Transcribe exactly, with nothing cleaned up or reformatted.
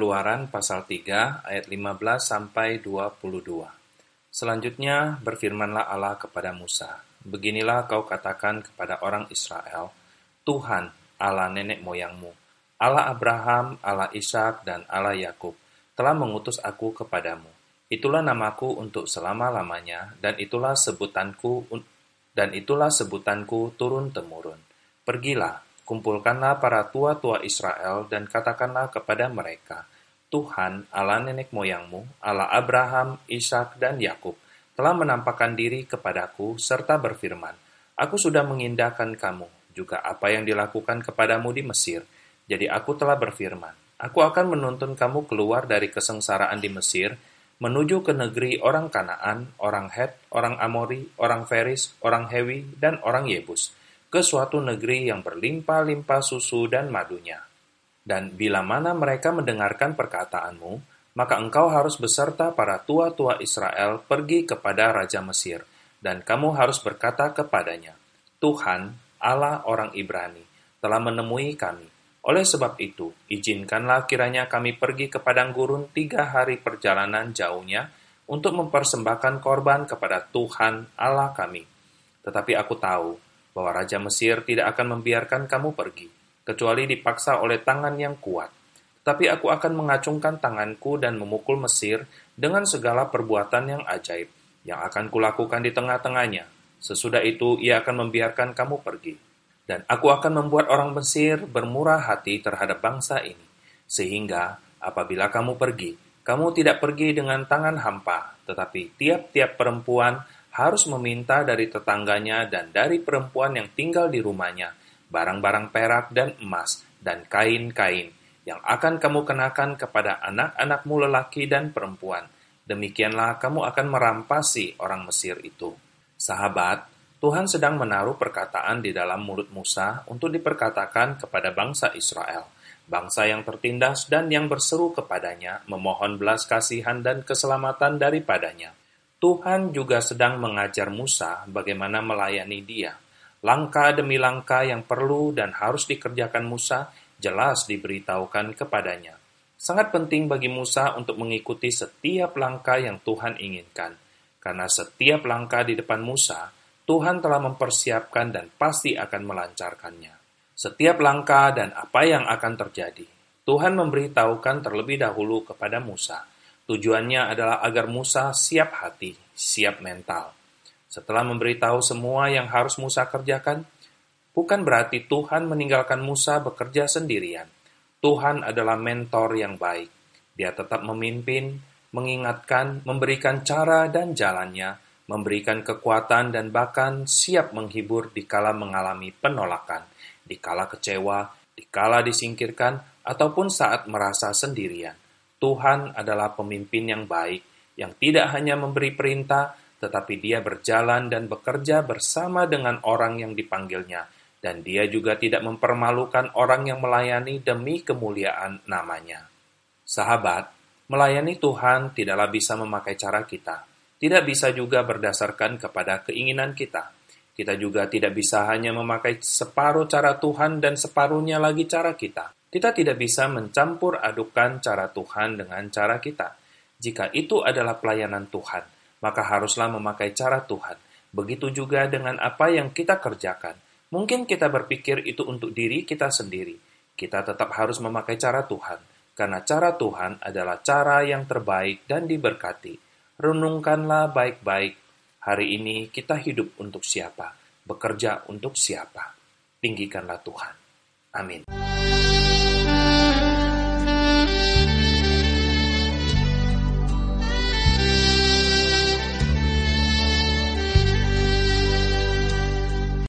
Keluaran pasal tiga ayat lima belas sampai dua puluh dua. Selanjutnya berfirmanlah Allah kepada Musa, "Beginilah kau katakan kepada orang Israel, Tuhan, Allah nenek moyangmu, Allah Abraham, Allah Ishak dan Allah Yakub, telah mengutus aku kepadamu. Itulah namaku untuk selama-lamanya, dan itulah sebutanku dan itulah sebutanku turun-temurun. Pergilah, kumpulkanlah para tua-tua Israel dan katakanlah kepada mereka, Tuhan, Allah nenek moyangmu, Allah Abraham, Ishak dan Yakub, telah menampakkan diri kepadaku serta berfirman, Aku sudah mengindahkan kamu, juga apa yang dilakukan kepadamu di Mesir. Jadi aku telah berfirman, aku akan menuntun kamu keluar dari kesengsaraan di Mesir, menuju ke negeri orang Kanaan, orang Het, orang Amori, orang Feris, orang Hewi, dan orang Yebus, ke suatu negeri yang berlimpah-limpah susu dan madunya. Dan bila mana mereka mendengarkan perkataanmu, maka engkau harus beserta para tua-tua Israel pergi kepada Raja Mesir, dan kamu harus berkata kepadanya, Tuhan, Allah orang Ibrani, telah menemui kami. Oleh sebab itu, izinkanlah kiranya kami pergi ke padang gurun tiga hari perjalanan jauhnya untuk mempersembahkan korban kepada Tuhan Allah kami. Tetapi aku tahu bahwa Raja Mesir tidak akan membiarkan kamu pergi, kecuali dipaksa oleh tangan yang kuat. Tapi aku akan mengacungkan tanganku dan memukul Mesir dengan segala perbuatan yang ajaib, yang akan kulakukan di tengah-tengahnya. Sesudah itu ia akan membiarkan kamu pergi. Dan aku akan membuat orang Mesir bermurah hati terhadap bangsa ini, sehingga apabila kamu pergi, kamu tidak pergi dengan tangan hampa, tetapi tiap-tiap perempuan harus meminta dari tetangganya dan dari perempuan yang tinggal di rumahnya, barang-barang perak dan emas dan kain-kain, yang akan kamu kenakan kepada anak-anakmu lelaki dan perempuan. Demikianlah kamu akan merampasi orang Mesir itu." Sahabat, Tuhan sedang menaruh perkataan di dalam mulut Musa untuk diperkatakan kepada bangsa Israel, bangsa yang tertindas dan yang berseru kepadanya, memohon belas kasihan dan keselamatan daripadanya. Tuhan juga sedang mengajar Musa bagaimana melayani dia. Langkah demi langkah yang perlu dan harus dikerjakan Musa jelas diberitahukan kepadanya. Sangat penting bagi Musa untuk mengikuti setiap langkah yang Tuhan inginkan, karena setiap langkah di depan Musa, Tuhan telah mempersiapkan dan pasti akan melancarkannya. Setiap langkah dan apa yang akan terjadi, Tuhan memberitahukan terlebih dahulu kepada Musa. Tujuannya adalah agar Musa siap hati, siap mental. Setelah memberitahu semua yang harus Musa kerjakan, bukan berarti Tuhan meninggalkan Musa bekerja sendirian. Tuhan adalah mentor yang baik. Dia tetap memimpin, mengingatkan, memberikan cara dan jalannya, memberikan kekuatan dan bahkan siap menghibur dikala mengalami penolakan, dikala kecewa, dikala disingkirkan, ataupun saat merasa sendirian. Tuhan adalah pemimpin yang baik, yang tidak hanya memberi perintah, tetapi dia berjalan dan bekerja bersama dengan orang yang dipanggilnya, dan dia juga tidak mempermalukan orang yang melayani demi kemuliaan namanya. Sahabat, melayani Tuhan tidaklah bisa memakai cara kita. Tidak bisa juga berdasarkan kepada keinginan kita. Kita juga tidak bisa hanya memakai separuh cara Tuhan dan separuhnya lagi cara kita. Kita tidak bisa mencampur adukan cara Tuhan dengan cara kita. Jika itu adalah pelayanan Tuhan, maka haruslah memakai cara Tuhan. Begitu juga dengan apa yang kita kerjakan. Mungkin kita berpikir itu untuk diri kita sendiri. Kita tetap harus memakai cara Tuhan, karena cara Tuhan adalah cara yang terbaik dan diberkati. Renungkanlah baik-baik, hari ini kita hidup untuk siapa, bekerja untuk siapa. Tinggikanlah Tuhan. Amin.